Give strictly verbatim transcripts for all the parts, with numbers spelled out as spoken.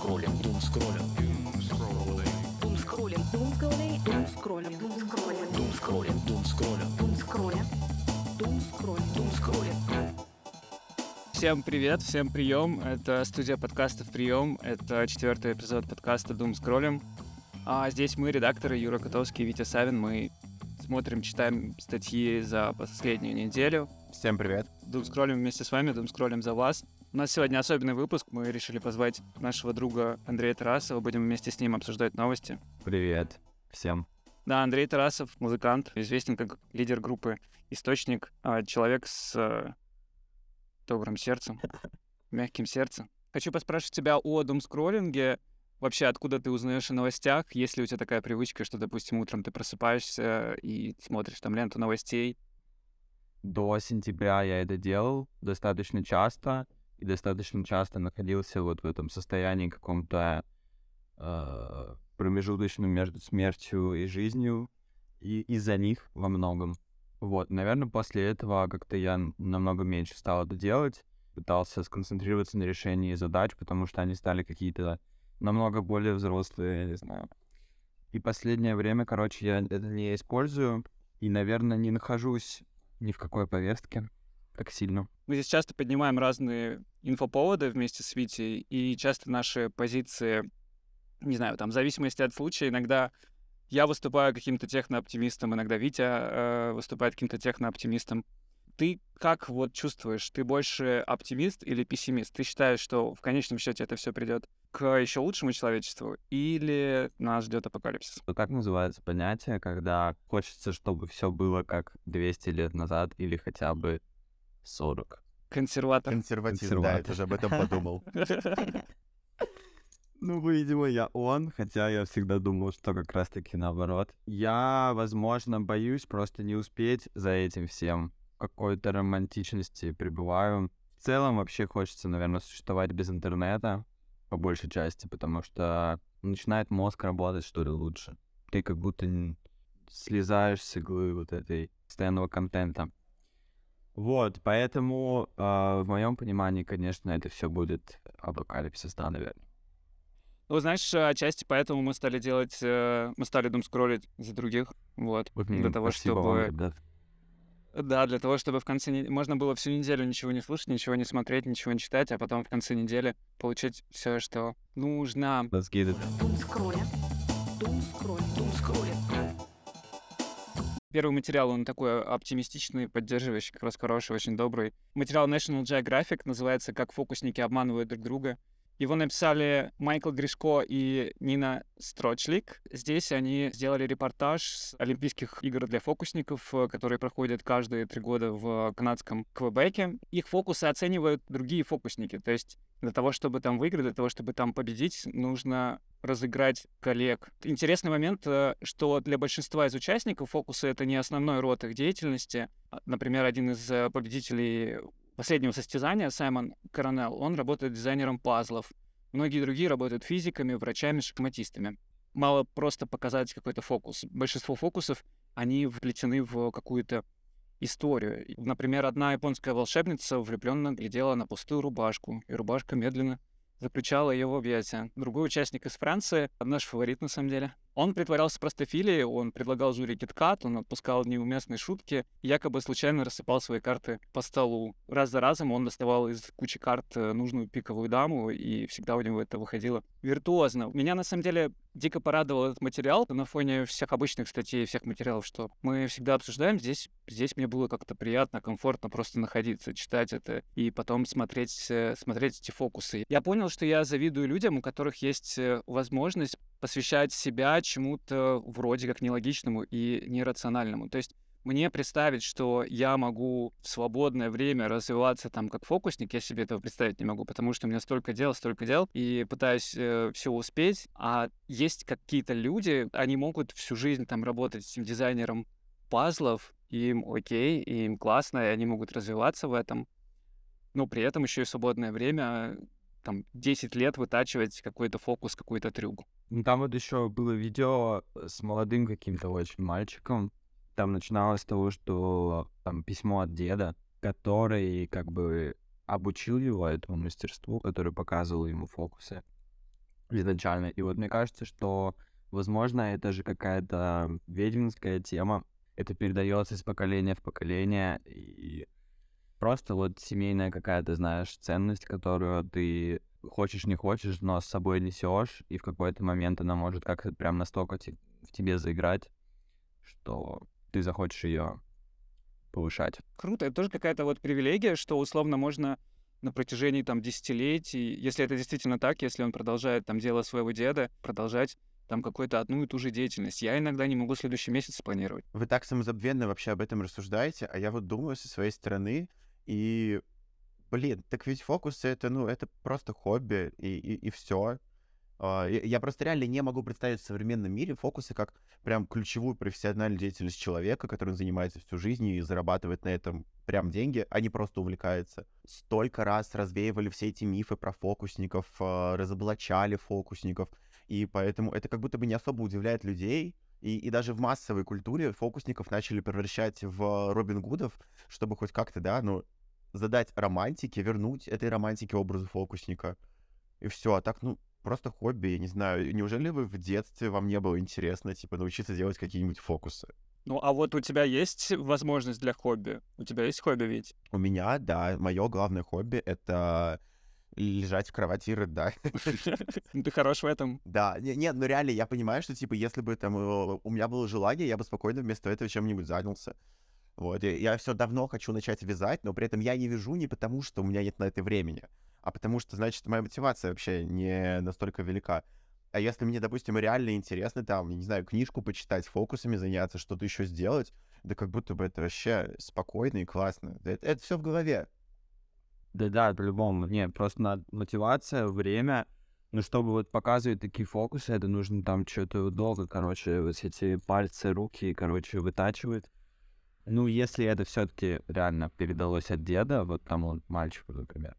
скроллим, дум скроллим, Дум скроллим, дум скроллим, дум скроллим, дум скроллим, дум скроллим, дум скроллим, дум скроллим, дум скроллим, дум скроллим. Всем привет, всем прием. Это студия подкастов «Прием». Это четвертый эпизод подкаста «Дум скроллим». А здесь мы, редакторы Юра Котовский и Витя Савин. Мы смотрим, читаем статьи за последнюю неделю. Всем привет. Дум скроллим вместе с вами, дум скроллим за вас. У нас сегодня особенный выпуск. Мы решили позвать нашего друга Андрея Тарасова. Будем вместе с ним обсуждать новости. Привет всем. Да, Андрей Тарасов, музыкант, известен как лидер группы «Источник», а, человек с э, добрым сердцем, мягким сердцем. Хочу поспрашивать тебя о думскроллинге. Вообще, откуда ты узнаешь о новостях? Есть ли у тебя такая привычка, что, допустим, утром ты просыпаешься и смотришь там ленту новостей? До сентября я это делал достаточно часто, и достаточно часто находился вот в этом состоянии каком-то э, промежуточном между смертью и жизнью, и из-за них во многом. Вот, наверное, после этого как-то я намного меньше стал это делать, пытался сконцентрироваться на решении задач, потому что они стали какие-то намного более взрослые, я не знаю. И последнее время, короче, я это не использую, и, наверное, не нахожусь ни в какой повестке так сильно. Мы здесь часто поднимаем разные инфоповоды вместе с Витей, и часто наши позиции, не знаю, там, в зависимости от случая, иногда я выступаю каким-то технооптимистом, иногда Витя э, выступает каким-то технооптимистом. Ты как вот чувствуешь, ты больше оптимист или пессимист? Ты считаешь, что в конечном счете это все придет к еще лучшему человечеству, или нас ждет апокалипсис? Вот так называется понятие, когда хочется, чтобы все было как двести лет назад или хотя бы сорок. Консерватор. Консерватив, да, Консерватор. я тоже об этом подумал. Ну, видимо, я он, хотя я всегда думал, что как раз-таки наоборот. Я, возможно, боюсь просто не успеть за этим всем. В какой-то романтичности пребываю. В целом вообще хочется, наверное, существовать без интернета, по большей части, потому что начинает мозг работать, что ли, лучше. Ты как будто н- слезаешь с иглы вот этой постоянного контента. Вот, поэтому э, в моем понимании, конечно, это все будет апокалипсис, да, наверное. Ну, знаешь, отчасти поэтому мы стали делать, э, мы стали думскроллить за других, вот, для того, Спасибо вам, чтобы... ребят. Да, для того, чтобы в конце недели можно было всю неделю ничего не слушать, ничего не смотреть, ничего не читать, а потом в конце недели получить все, что нужно. Let's get it. дум скроллим, дум скроллим, дум скроллим. Первый материал, он такой оптимистичный, поддерживающий, как раз хороший, очень добрый. Материал National Geographic называется «Как фокусники обманывают друг друга». Его написали Майкл Гришко и Нина Строчлик. Здесь они сделали репортаж с Олимпийских игр для фокусников, э, которые проходят каждые три года в канадском Квебеке. Их фокусы оценивают другие фокусники. То есть для того, чтобы там выиграть, для того, чтобы там победить, нужно разыграть коллег. Интересный момент, э, что для большинства из участников фокусы — это не основной род их деятельности. А, Например, один из э, победителей последнего состязания, Саймон Коронел, он работает дизайнером пазлов. Многие другие работают физиками, врачами, шахматистами. Мало просто показать какой-то фокус. Большинство фокусов, они вплетены в какую-то историю. Например, одна японская волшебница влюбленно глядела на пустую рубашку, и рубашка медленно заключала ее в объятия. Другой участник из Франции, наш фаворит на самом деле, он притворялся простофилией, он предлагал жюри киткат, он отпускал неуместные шутки, якобы случайно рассыпал свои карты по столу. Раз за разом он доставал из кучи карт э, нужную пиковую даму, и всегда у него это выходило виртуозно. Меня, на самом деле, дико порадовал этот материал на фоне всех обычных статей, всех материалов, что мы всегда обсуждаем. Здесь, здесь мне было как-то приятно, комфортно просто находиться, читать это и потом смотреть, э, смотреть эти фокусы. Я понял, что я завидую людям, у которых есть э, возможность посвящать себя чему-то вроде как нелогичному и нерациональному. То есть мне представить, что я могу в свободное время развиваться там как фокусник, я себе этого представить не могу, потому что у меня столько дел, столько дел, и пытаюсь э, все успеть. А есть какие-то люди, они могут всю жизнь там работать с дизайнером пазлов, и им окей, и им классно, и они могут развиваться в этом, но при этом еще и свободное время там десять лет вытачивать какой-то фокус, какой-то трюк. Ну, там вот еще было видео с молодым каким-то очень мальчиком. Там начиналось с того, что там письмо от деда, который как бы обучил его этому мастерству, который показывал ему фокусы. изначально. И вот мне кажется, что, возможно, это же какая-то ведьминская тема. Это передается из поколения в поколение. И просто вот семейная какая-то, знаешь, ценность, которую ты хочешь, не хочешь, но с собой несешь. И в какой-то момент она может как-то прям настолько те- в тебе заиграть, что ты захочешь ее повышать. Круто, это тоже какая-то вот привилегия, что условно можно на протяжении там десятилетий, если это действительно так, если он продолжает там дело своего деда, продолжать там какую-то одну и ту же деятельность. Я иногда не могу следующий месяц спланировать. Вы так самозабвенно вообще об этом рассуждаете, а я вот думаю со своей стороны, и, блин, так ведь фокусы это, ну, это просто хобби, и, и, и все. Я я просто реально не могу представить в современном мире фокусы как прям ключевую профессиональную деятельность человека, которым занимается всю жизнь и зарабатывает на этом прям деньги, а не просто увлекается. Столько раз развеивали все эти мифы про фокусников, а, разоблачали фокусников, и поэтому это как будто бы не особо удивляет людей, и, и даже в массовой культуре фокусников начали превращать в Робин Гудов, чтобы хоть как-то, да, ну, задать романтике, вернуть этой романтике образу фокусника. И все, а так, ну, просто хобби, я не знаю. Неужели вы в детстве, вам не было интересно, типа, научиться делать какие-нибудь фокусы? Ну, а вот у тебя есть возможность для хобби? У тебя есть хобби ведь? У меня, да, мое главное хобби — это лежать в кровати и рыдать. Ну, ты хорош в этом. Да, не- нет, ну реально, я понимаю, что, типа, если бы там э, у меня было желание, я бы спокойно вместо этого чем-нибудь занялся. Вот, и я все давно хочу начать вязать, но при этом я не вяжу не потому, что у меня нет на это времени, а потому что, значит, моя мотивация вообще не настолько велика. А если мне, допустим, реально интересно, там, не знаю, книжку почитать, фокусами заняться, что-то еще сделать, да как будто бы это вообще спокойно и классно. Да Это, все в голове. Да-да, по-любому. Не, просто надо мотивация, время. Но чтобы вот показывать такие фокусы, это нужно там что-то долго, короче, вот эти пальцы, руки, короче, вытачивать. Ну, если это все-таки реально передалось от деда, вот тому мальчику, например,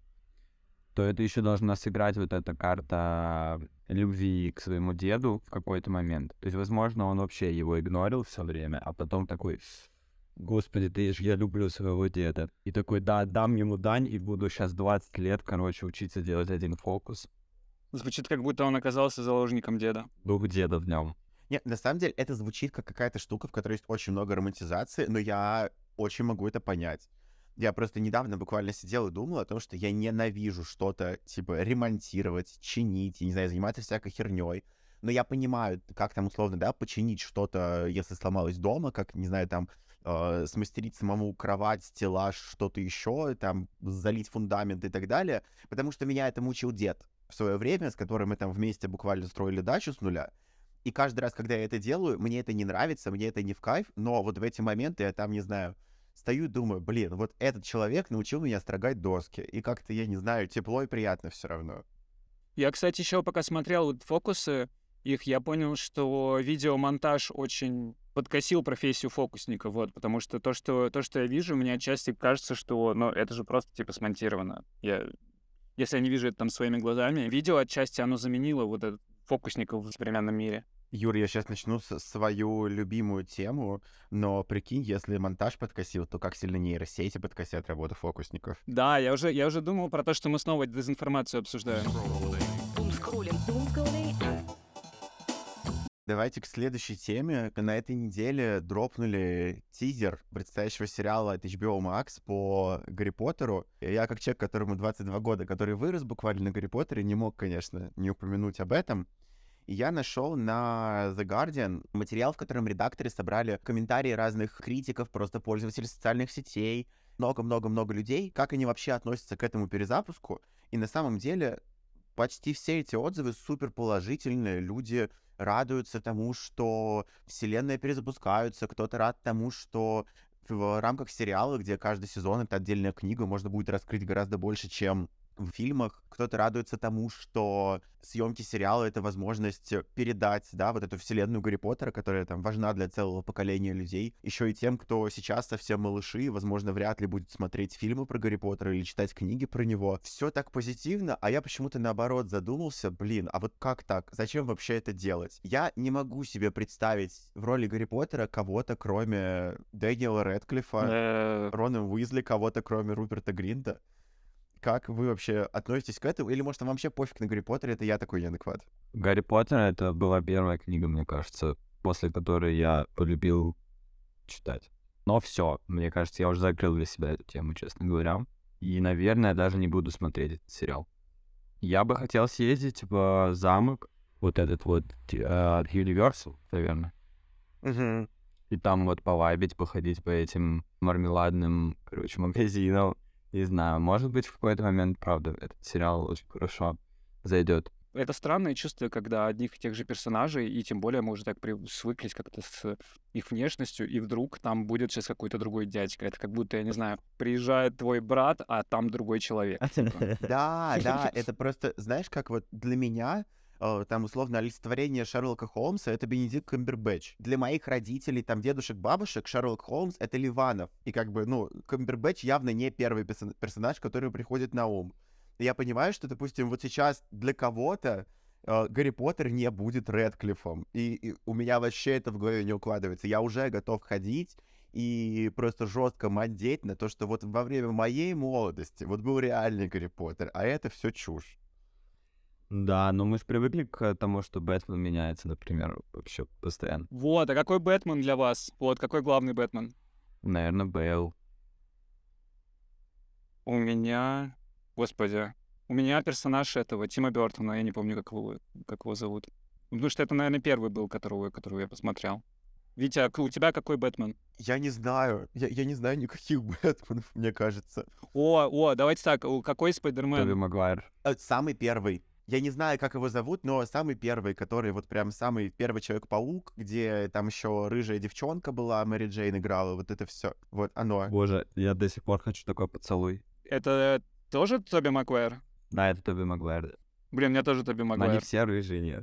то это еще должна сыграть вот эта карта любви к своему деду в какой-то момент. То есть, возможно, он вообще его игнорил все время, а потом такой: «Господи, ты ж, я люблю своего деда». И такой: да, дам ему дань и буду сейчас двадцать лет, короче, учиться делать один фокус. Звучит, как будто он оказался заложником деда. Дух деда в нем. Нет, на самом деле это звучит как какая-то штука, в которой есть очень много романтизации, но я очень могу это понять. Я просто недавно буквально сидел и думал о том, что я ненавижу что-то, типа, ремонтировать, чинить, я не знаю, заниматься всякой херней. Но я понимаю, как там условно, да, починить что-то, если сломалось дома, как, не знаю, там, э, смастерить самому кровать, стеллаж, что-то еще, там, залить фундамент и так далее. Потому что меня этому учил дед в свое время, с которым мы там вместе буквально строили дачу с нуля. И каждый раз, когда я это делаю, мне это не нравится, мне это не в кайф, но вот в эти моменты я там, не знаю, стою и думаю, блин, вот этот человек научил меня строгать доски, и как-то, я не знаю, тепло и приятно все равно. Я, кстати, еще пока смотрел вот фокусы их, я понял, что видеомонтаж очень подкосил профессию фокусника, вот, потому что то, что, то, что я вижу, мне отчасти кажется, что, ну, это же просто, типа, смонтировано. Я, если я не вижу это там своими глазами, видео отчасти оно заменило вот этот фокусников в современном мире. Юр, я сейчас начну с- свою любимую тему, но прикинь, если монтаж подкосил, то как сильно нейросети подкосят работу фокусников. Да, я уже, я уже думал про то, что мы снова дезинформацию обсуждаем. Думскроллинг. Думскроллинг. Давайте к следующей теме. На этой неделе дропнули тизер предстоящего сериала от эйч би о Max по Гарри Поттеру. И я, как человек, которому двадцать два года, который вырос буквально на Гарри Поттере, не мог, конечно, не упомянуть об этом. И я нашел на The Guardian материал, в котором редакторы собрали комментарии разных критиков, просто пользователей социальных сетей, много-много-много людей, как они вообще относятся к этому перезапуску. И на самом деле почти все эти отзывы супер положительные. Люди радуются тому, что вселенная перезапускаются, кто-то рад тому, что в рамках сериала, где каждый сезон — это отдельная книга, можно будет раскрыть гораздо больше, чем в фильмах. Кто-то радуется тому, что съемки сериала — это возможность передать, да, вот эту вселенную Гарри Поттера, которая там важна для целого поколения людей, еще и тем, кто сейчас совсем малыши, возможно, вряд ли будет смотреть фильмы про Гарри Поттера или читать книги про него. Все так позитивно, а я почему-то наоборот задумался, блин, а вот как так? Зачем вообще это делать? Я не могу себе представить в роли Гарри Поттера кого-то, кроме Дэниела Рэдклиффа, Э, Рона Уизли, кого-то, кроме Руперта Гринта. Как вы вообще относитесь к этому? Или, может, вам вообще пофиг на Гарри Поттера, это я такой неадекват? Гарри Поттер — это была первая книга, мне кажется, после которой я полюбил читать. Но все, мне кажется, я уже закрыл для себя эту тему, честно говоря. И, наверное, даже не буду смотреть этот сериал. Я бы хотел съездить в замок, вот этот вот, э, от Universal, наверное. Мгм. И там вот повайбить, походить по этим мармеладным, короче, магазинам. Не знаю, может быть, в какой-то момент, правда, этот сериал очень хорошо зайдет. Это странное чувство, когда одних и тех же персонажей, и тем более мы уже так свыклись как-то с их внешностью, и вдруг там будет сейчас какой-то другой дядька. Это как будто, я не знаю, приезжает твой брат, а там другой человек. типа. Да, да, это просто, знаешь, как вот для меня, э, там, условно, олицетворение Шерлока Холмса — это Бенедикт Камбербэтч. Для моих родителей, там, дедушек, бабушек, Шерлок Холмс — это Ливанов. И как бы, ну, Камбербэтч явно не первый персон- персонаж, который приходит на ум. И я понимаю, что, допустим, вот сейчас для кого-то э, Гарри Поттер не будет Рэдклиффом. И, и у меня вообще это в голове не укладывается. Я уже готов ходить и просто жестко мандеть на то, что вот во время моей молодости вот был реальный Гарри Поттер, а это все чушь. Да, но мы же привыкли к тому, что Бэтмен меняется, например, вообще постоянно. Вот, а какой Бэтмен для вас? Вот, какой главный Бэтмен? Наверное, Бейл. У меня... Господи. У меня персонаж этого, Тима Бёртона, я не помню, как его, как его зовут. Потому что это, наверное, первый был, которого, которого я посмотрел. Витя, а у тебя какой Бэтмен? Я не знаю. Я, я не знаю никаких Бэтменов, мне кажется. О, о, давайте так, у- какой Тоби Спайдермен? Магуайр. Э, Самый первый. Я не знаю, как его зовут, но самый первый, который вот прям самый первый Человек-паук, где там еще рыжая девчонка была, Мэри Джейн играла, вот это все. Вот оно. Боже, я до сих пор хочу такой поцелуй. Это тоже Тоби Магуайр? Да, это Тоби Магуайр. Блин, у меня тоже Тоби Но они Магуайр. все рыжие, нет.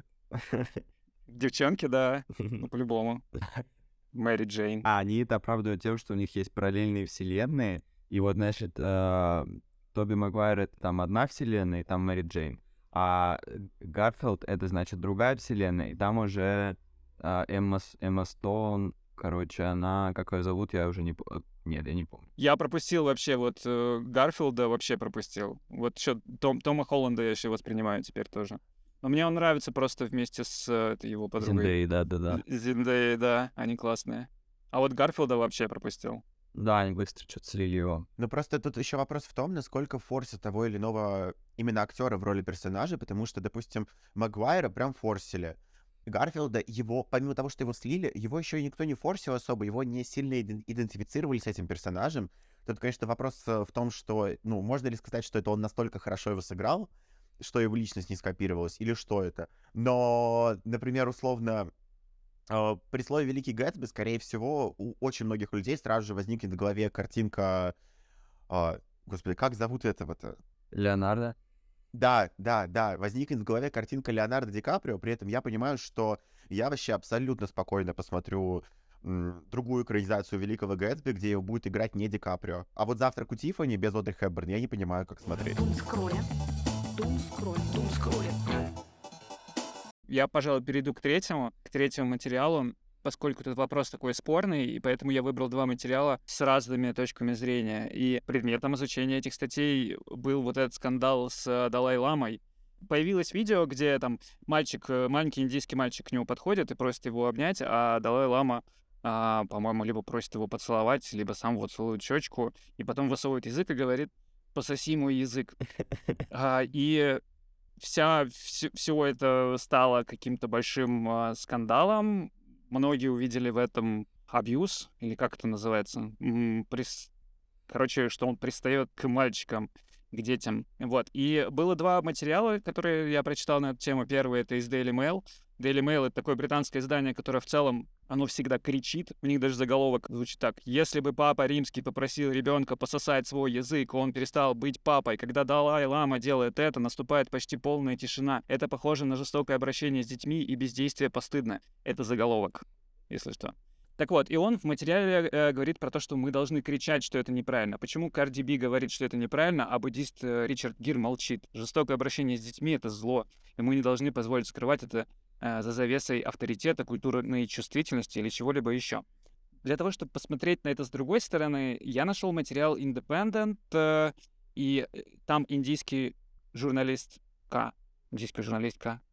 Девчонки, да, ну по-любому. Мэри Джейн. А они это оправдывают тем, что у них есть параллельные вселенные. И вот, значит, э, Тоби Магуайр — это там одна вселенная, и там Мэри Джейн. А Гарфилд — это, значит, другая вселенная, и там уже э, Эмма, С- Эмма Стоун, короче, она, как ее зовут, я уже не помню. Нет, я не помню. Я пропустил вообще вот э, Гарфилда, вообще пропустил. Вот еще Том, Тома Холланда я еще воспринимаю теперь тоже. Но мне он нравится просто вместе с э, этой его подругой. Зендеи, да-да-да. З- Зендеей, да, они классные. А вот Гарфилда вообще пропустил. Да, они быстро что-то слили его. Ну просто тут еще вопрос в том, насколько форсит того или иного именно актера в роли персонажа, потому что, допустим, Магуайра прям форсили. Гарфилда, его, помимо того, что его слили, его еще и никто не форсил особо, его не сильно иден- идентифицировали с этим персонажем. Тут, конечно, вопрос э, в том, что, ну, можно ли сказать, что это он настолько хорошо его сыграл, что его личность не скопировалась, или что это. Но, например, условно, э, при слове «Великий Гэтсби», скорее всего, у очень многих людей сразу же возникнет в голове картинка... а, Господи, как зовут этого-то? Леонардо? Да, да, да, возникнет в голове картинка Леонардо Ди Каприо, при этом я понимаю, что я вообще абсолютно спокойно посмотрю м, другую экранизацию Великого Гэтсби, где его будет играть не Ди Каприо. А вот «Завтрак у Тиффани» без Одри Хепберн я не понимаю, как смотреть. Дум скролля. Дум скролля. Дум скролля. Я, пожалуй, перейду к третьему, к третьему материалу, поскольку этот вопрос такой спорный, и поэтому я выбрал два материала с разными точками зрения. И предметом изучения этих статей был вот этот скандал с э, Далай-ламой. Появилось видео, где там мальчик, э, маленький индийский мальчик к нему подходит и просит его обнять, а Далай-лама, а, по-моему, либо просит его поцеловать, либо сам вот целует щечку, и потом высовывает язык и говорит: «Пососи мой язык». А, и вся, все, все это стало каким-то большим а, скандалом. Многие увидели в этом абьюз, или как это называется, М, прис- короче, что он пристает к мальчикам, к детям. Вот. И было два материала, которые я прочитал на эту тему. Первый — это из Daily Mail. Daily Mail — это такое британское издание, которое в целом, оно всегда кричит. У них даже заголовок звучит так: «Если бы папа римский попросил ребенка пососать свой язык, он перестал быть папой. Когда Далай-лама делает это, наступает почти полная тишина. Это похоже на жестокое обращение с детьми, и бездействие постыдно». Это заголовок, если что. Так вот, и он в материале э, говорит про то, что мы должны кричать, что это неправильно. Почему Карди Би говорит, что это неправильно, а буддист э, Ричард Гир молчит? Жестокое обращение с детьми — это зло, и мы не должны позволить скрывать это э, за завесой авторитета, культурной чувствительности или чего-либо еще. Для того, чтобы посмотреть на это с другой стороны, я нашел материал Independent, э, и э, там индийский журналистка, индийская журналистка,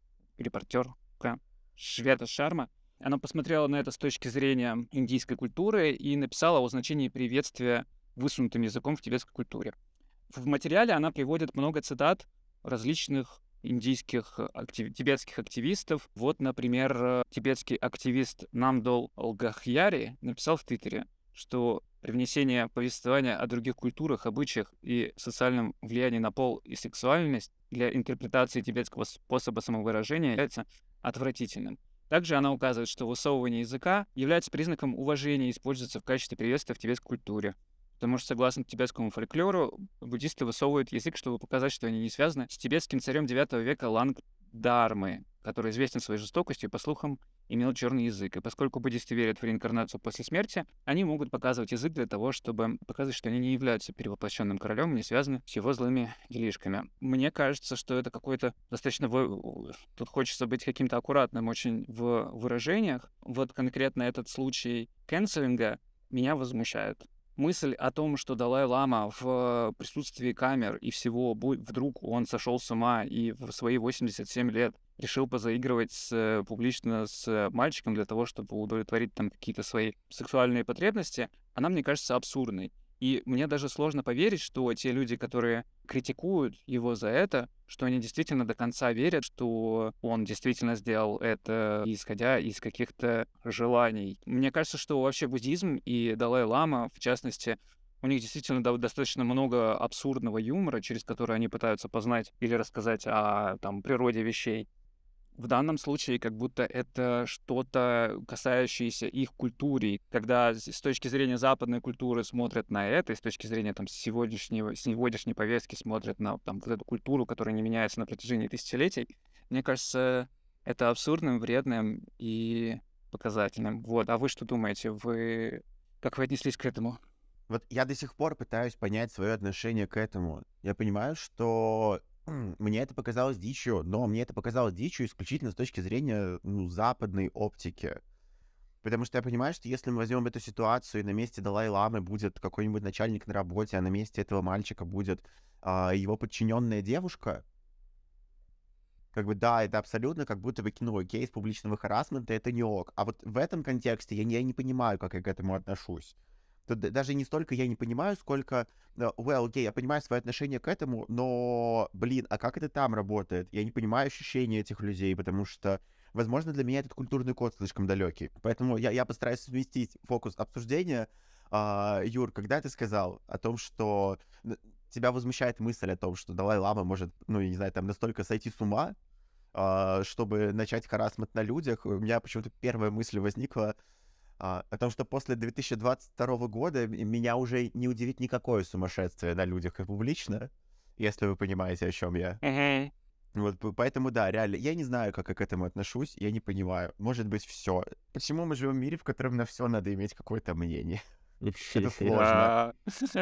репортерка Швета Шарма. Она посмотрела на это с точки зрения индийской культуры и написала о значении приветствия высунутым языком в тибетской культуре. В материале она приводит много цитат различных индийских актив... тибетских активистов. Вот, например, тибетский активист Намдол Алгахьяри написал в Твиттере, что привнесение повествования о других культурах, обычаях и социальном влиянии на пол и сексуальность для интерпретации тибетского способа самовыражения является отвратительным. Также она указывает, что высовывание языка является признаком уважения и используется в качестве приветствия в тибетской культуре. Потому что, согласно тибетскому фольклору, буддисты высовывают язык, чтобы показать, что они не связаны с тибетским царем девятого века Лангдармы, который известен своей жестокостью и, по слухам, имел черный язык. И поскольку буддисты верят в реинкарнацию после смерти, они могут показывать язык для того, чтобы показать, что они не являются перевоплощенным королем и не связаны с его злыми делишками. Мне кажется, что это какой-то достаточно... Вы... Тут хочется быть каким-то аккуратным очень в выражениях. Вот конкретно этот случай канцелинга меня возмущает. Мысль о том, что Далай-лама в присутствии камер и всего вдруг он сошел с ума и в свои восемьдесят семь лет решил позаигрывать с, публично с мальчиком для того, чтобы удовлетворить там какие-то свои сексуальные потребности, она, мне кажется, абсурдной. И мне даже сложно поверить, что те люди, которые критикуют его за это, что они действительно до конца верят, что он действительно сделал это, исходя из каких-то желаний. Мне кажется, что вообще буддизм и Далай-лама, в частности, у них действительно достаточно много абсурдного юмора, через который они пытаются познать или рассказать о там, природе вещей. В данном случае как будто это что-то, касающееся их культуры. Когда с точки зрения западной культуры смотрят на это, и с точки зрения там, сегодняшнего, сегодняшней повестки смотрят на там, вот эту культуру, которая не меняется на протяжении тысячелетий, мне кажется, это абсурдным, вредным и показательным. Вот. А вы что думаете? Вы... Как вы отнеслись к этому? Вот я до сих пор пытаюсь понять свое отношение к этому. Я понимаю, что мне это показалось дичью, но мне это показалось дичью исключительно с точки зрения ну, западной оптики. Потому что я понимаю, что если мы возьмем эту ситуацию, и на месте Далай-ламы будет какой-нибудь начальник на работе, а на месте этого мальчика будет а, его подчиненная девушка, как бы да, это абсолютно как будто бы кино, кейс публичного харассмента, это не ок. А вот в этом контексте я, я не понимаю, как я к этому отношусь. Тут даже не столько я не понимаю, сколько, well, окей, okay, я понимаю свое отношение к этому, но, блин, а как это там работает? Я не понимаю ощущения этих людей, потому что, возможно, для меня этот культурный код слишком далекий. Поэтому я, я постараюсь совместить фокус обсуждения. А, Юр, когда ты сказал о том, что тебя возмущает мысль о том, что Далай-лама может, ну, я не знаю, там настолько сойти с ума, а, чтобы начать харассмент на людях, у меня почему-то первая мысль возникла А, о том, что после две тысячи двадцать второго года меня уже не удивит никакое сумасшествие на людях и публично, если вы понимаете, о чем я. Uh-huh. Вот, поэтому, да, реально, я не знаю, как я к этому отношусь, я не понимаю. Может быть, все. Почему мы живем в мире, в котором на все надо иметь какое-то мнение? Это сложно.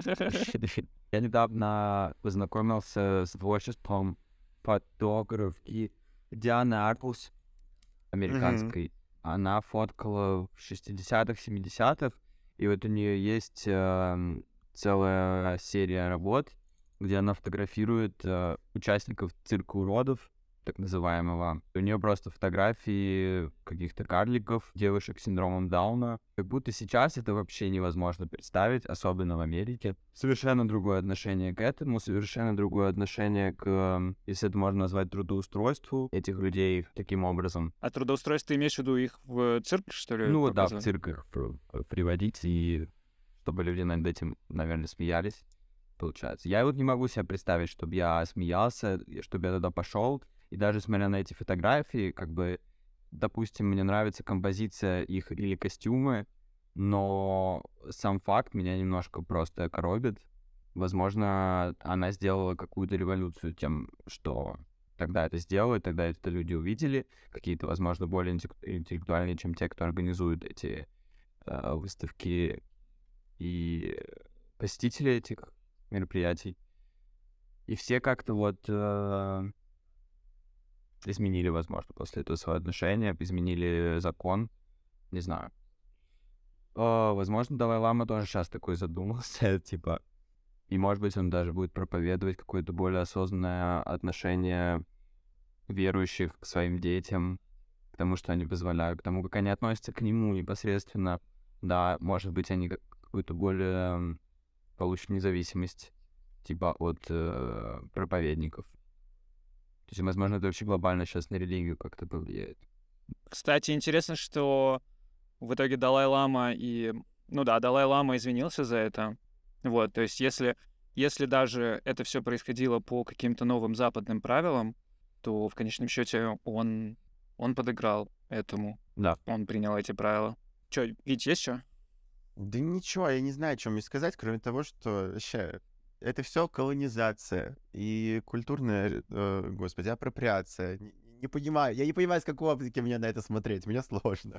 Я недавно познакомился с творчеством фотографки Дианы Арпус, американской. Она фоткала в шестидесятых, семидесятых, и вот у нее есть э, целая серия работ, где она фотографирует э, участников цирка уродов, так называемого. У нее просто фотографии каких-то карликов, девушек с синдромом Дауна. Как будто сейчас это вообще невозможно представить, особенно в Америке. Совершенно другое отношение к этому, совершенно другое отношение к, если это можно назвать, трудоустройству этих людей таким образом. А трудоустройство ты имеешь в виду их в цирк, что ли? Ну да, в цирках приводить, и чтобы люди над этим, наверное, смеялись, получается. Я вот не могу себе представить, чтобы я смеялся, чтобы я туда пошел. И даже смотря на эти фотографии, как бы, допустим, мне нравится композиция их или костюмы, но сам факт меня немножко просто коробит. Возможно, она сделала какую-то революцию тем, что тогда это сделала, и тогда это люди увидели, какие-то, возможно, более интеллектуальные, чем те, кто организует эти э, выставки и посетители этих мероприятий. И все как-то вот... Э, изменили, возможно, после этого свое отношение, изменили закон, не знаю. О, возможно, Далай-лама тоже сейчас такой задумался, типа, и, может быть, он даже будет проповедовать какое-то более осознанное отношение верующих к своим детям, к тому, что они позволяют, к тому, как они относятся к нему непосредственно. Да, может быть, они как- какую-то более м, получат независимость, типа от э, проповедников. То есть, возможно, это вообще глобально сейчас на религию как-то повлияет. Кстати, интересно, что в итоге Далай-Лама и... Ну да, Далай-Лама извинился за это. Вот, то есть если, если даже это все происходило по каким-то новым западным правилам, то в конечном счете он, он подыграл этому. Да. Он принял эти правила. Чё, Вить, есть что? Да ничего, я не знаю, что мне сказать, кроме того, что вообще это все колонизация и культурная, э, господи, апроприация. Не, не понимаю, я не понимаю, с какой оптики мне на это смотреть, мне сложно.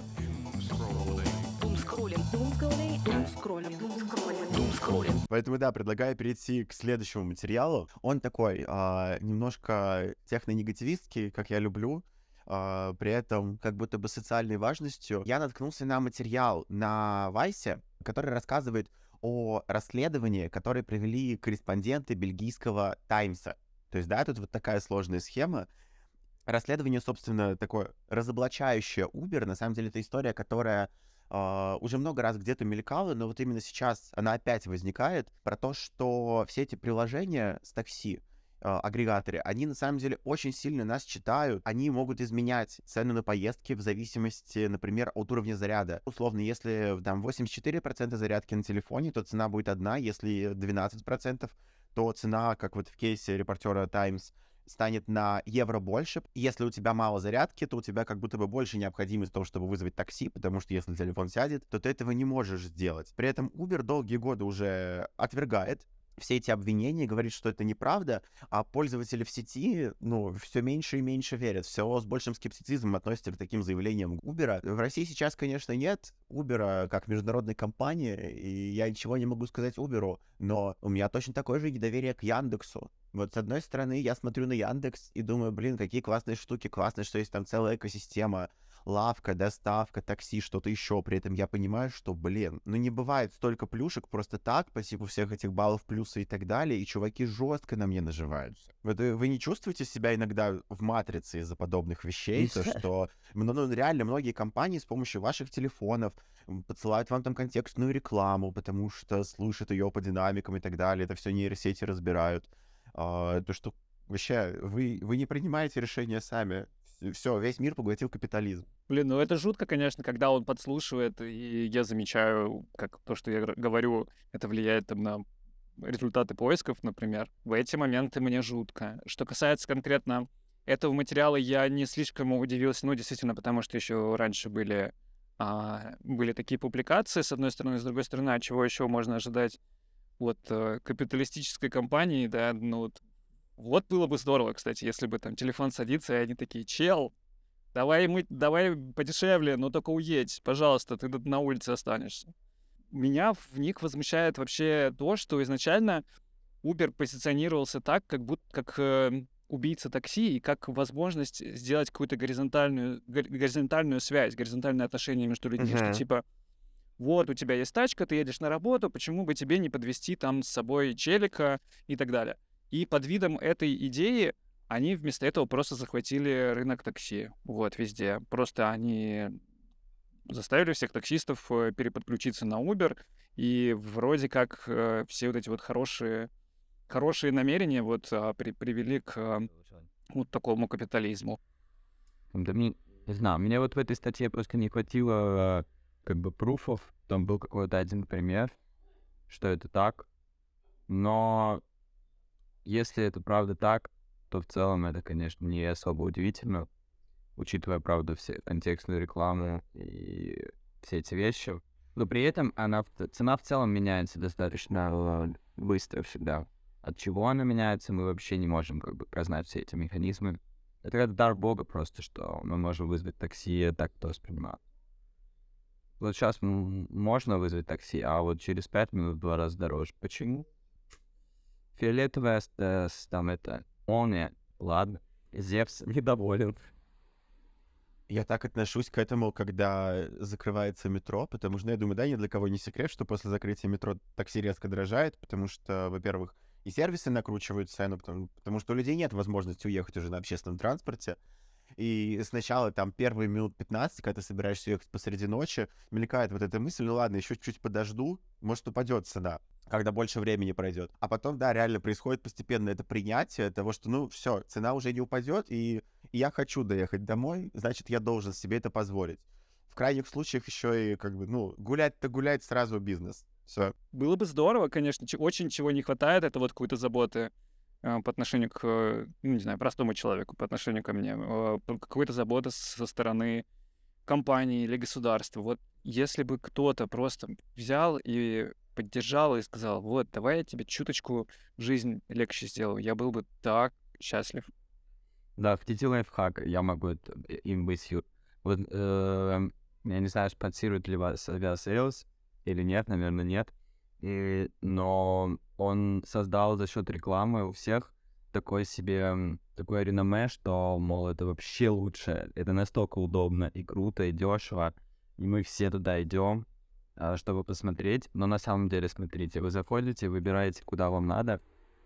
Думскроллинг. Думскроллинг. Думскроллинг. Думскроллинг. Думскроллинг. Поэтому, да, предлагаю перейти к следующему материалу. Он такой а, немножко технонегативистский, как я люблю, а, при этом как будто бы социальной важностью. Я наткнулся на материал на Вайсе, который рассказывает о расследовании, которое провели корреспонденты бельгийского Таймса. То есть, да, тут вот такая сложная схема. Расследование, собственно, такое разоблачающее Uber. На самом деле, это история, которая Uh, уже много раз где-то мелькала, но вот именно сейчас она опять возникает, про то, что все эти приложения с такси, uh, агрегаторы, они на самом деле очень сильно нас читают, они могут изменять цену на поездки в зависимости, например, от уровня заряда. Условно, если там восемьдесят четыре процента зарядки на телефоне, то цена будет одна, если двенадцать процентов, то цена, как вот в кейсе репортера Times, станет на евро больше. Если у тебя мало зарядки, то у тебя как будто бы больше необходимость в том, чтобы вызвать такси, потому что если телефон сядет, то ты этого не можешь сделать. При этом Uber долгие годы уже отвергает все эти обвинения, говорит, что это неправда, а пользователи в сети, ну, все меньше и меньше верят, все с большим скептицизмом относятся к таким заявлениям Uber. В России сейчас, конечно, нет Uber как международной компании, и я ничего не могу сказать Uber, но у меня точно такое же недоверие к Яндексу. Вот с одной стороны, я смотрю на Яндекс и думаю, блин, какие классные штуки, классно, что есть там целая экосистема, лавка, доставка, такси, что-то еще. При этом я понимаю, что, блин, ну не бывает столько плюшек просто так, по типу всех этих баллов плюса и так далее, и чуваки жестко на мне наживаются. Вот вы, вы не чувствуете себя иногда в матрице из-за подобных вещей, то что ну, ну, реально многие компании с помощью ваших телефонов подсылают вам там контекстную рекламу, потому что слушают ее по динамикам и так далее, это все нейросети разбирают. А, то, что вообще вы, вы не принимаете решения сами. Все, весь мир поглотил капитализм. Блин, ну это жутко, конечно, когда он подслушивает, и я замечаю, как то, что я говорю, это влияет там на результаты поисков, например. В эти моменты мне жутко. Что касается конкретно этого материала, я не слишком удивился, ну, действительно, потому что еще раньше были, а, были такие публикации, с одной стороны, с другой стороны, а чего еще можно ожидать от а, капиталистической компании, да, ну вот. Вот было бы здорово, кстати, если бы там телефон садится, и они такие: чел, давай мы, давай подешевле, но только уедь, пожалуйста, ты тут на улице останешься. Меня в них возмущает вообще то, что изначально Uber позиционировался так, как будто как э, убийца такси, и как возможность сделать какую-то горизонтальную, гор- горизонтальную связь, горизонтальное отношение между людьми, что Мгм. типа вот у тебя есть тачка, ты едешь на работу, почему бы тебе не подвезти там с собой челика и так далее. И под видом этой идеи они вместо этого просто захватили рынок такси. Вот, везде. Просто они заставили всех таксистов э, переподключиться на Uber, и вроде как э, все вот эти вот хорошие, хорошие намерения вот а, при- привели к а, вот такому капитализму. Да мне, не знаю, мне вот в этой статье просто не хватило э, как бы пруфов. Там был какой-то один пример, что это так. Но если это правда так, то в целом это, конечно, не особо удивительно, учитывая, правда, все контекстную рекламу и все эти вещи. Но при этом она, в- цена в целом меняется достаточно э, быстро всегда. От чего она меняется, мы вообще не можем как бы познать все эти механизмы. Это как дар Бога просто, что мы можем вызвать такси, и так кто воспринимает. Вот сейчас можно вызвать такси, а вот через пять минут в два раза дороже. Почему? Фиолетовая с, э, с, там это, молния, ладно. Зевс недоволен. Я так отношусь к этому, когда закрывается метро, потому что, ну, я думаю, да, ни для кого не секрет, что после закрытия метро такси резко дорожает, потому что, во-первых, и сервисы накручивают цену, потому, потому что у людей нет возможности уехать уже на общественном транспорте. И сначала там первые минут пятнадцать, когда ты собираешься ехать посреди ночи, мелькает вот эта мысль, ну ладно, еще чуть-чуть подожду, может упадет цена, когда больше времени пройдет. А потом, да, реально происходит постепенно это принятие того, что, ну, все, цена уже не упадет, и, и я хочу доехать домой, значит, я должен себе это позволить. В крайних случаях еще и, как бы, ну, гулять-то гулять, сразу бизнес. Все. Было бы здорово, конечно, ч- очень чего не хватает, это вот какой-то заботы э, по отношению к, э, ну, не знаю, простому человеку, по отношению ко мне, э, п- какой-то заботы со стороны компании или государства. Вот если бы кто-то просто взял и поддержал и сказал, вот, давай я тебе чуточку жизнь легче сделаю, я был бы так счастлив. Да, хотите лайфхак, я могу это им быть. Вот, э, я не знаю, спонсирует ли вас Aviasales или нет, наверное, нет. И, но он создал за счет рекламы у всех такое себе, м, такое реноме, что, мол, это вообще лучше, это настолько удобно и круто, и дешево, и мы все туда идем, а, чтобы посмотреть. Но на самом деле, смотрите, вы заходите, выбираете, куда вам надо,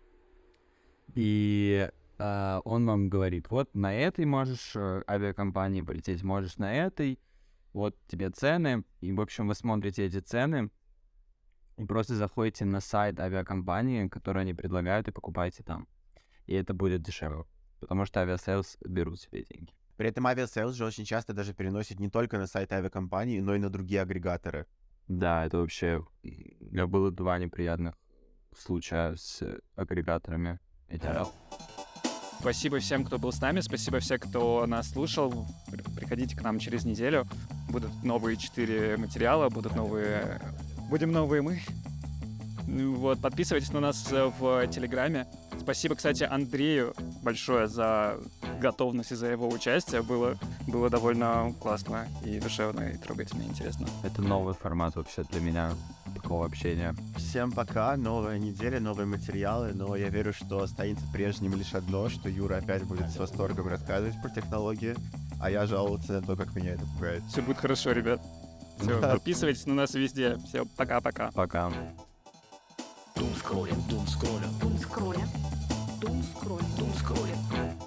и а, он вам говорит, вот на этой можешь э, авиакомпании полететь, можешь на этой, вот тебе цены, и, в общем, вы смотрите эти цены, и просто заходите на сайт авиакомпании, которую они предлагают, и покупаете там. И это будет дешевле, потому что авиасейлс берут себе деньги. При этом авиасейлс же очень часто даже переносит не только на сайт авиакомпании, но и на другие агрегаторы. Да, это вообще... У меня было два неприятных случая с агрегаторами. Это... Спасибо всем, кто был с нами, спасибо всем, кто нас слушал. При- Приходите к нам через неделю. Будут новые четыре материала, будут новые... Будем новые мы. Ну Вот, подписывайтесь на нас э, в Телеграме. Спасибо, кстати, Андрею большое за готовность и за его участие. Было, было довольно классно и душевно, и трогательно, и интересно. это новый формат вообще для меня такого общения. Всем пока, новая неделя, новые материалы, но я верю, что останется прежним лишь одно, что Юра опять будет с восторгом рассказывать про технологии, а я жаловаться на то, как меня это пугает. Все будет хорошо, ребят. Все, Да. подписывайтесь на нас везде. Все, пока-пока. Пока. Дум скроллим, дум скроллим, Дум скроллим. Дум скроллим. дум скроллим.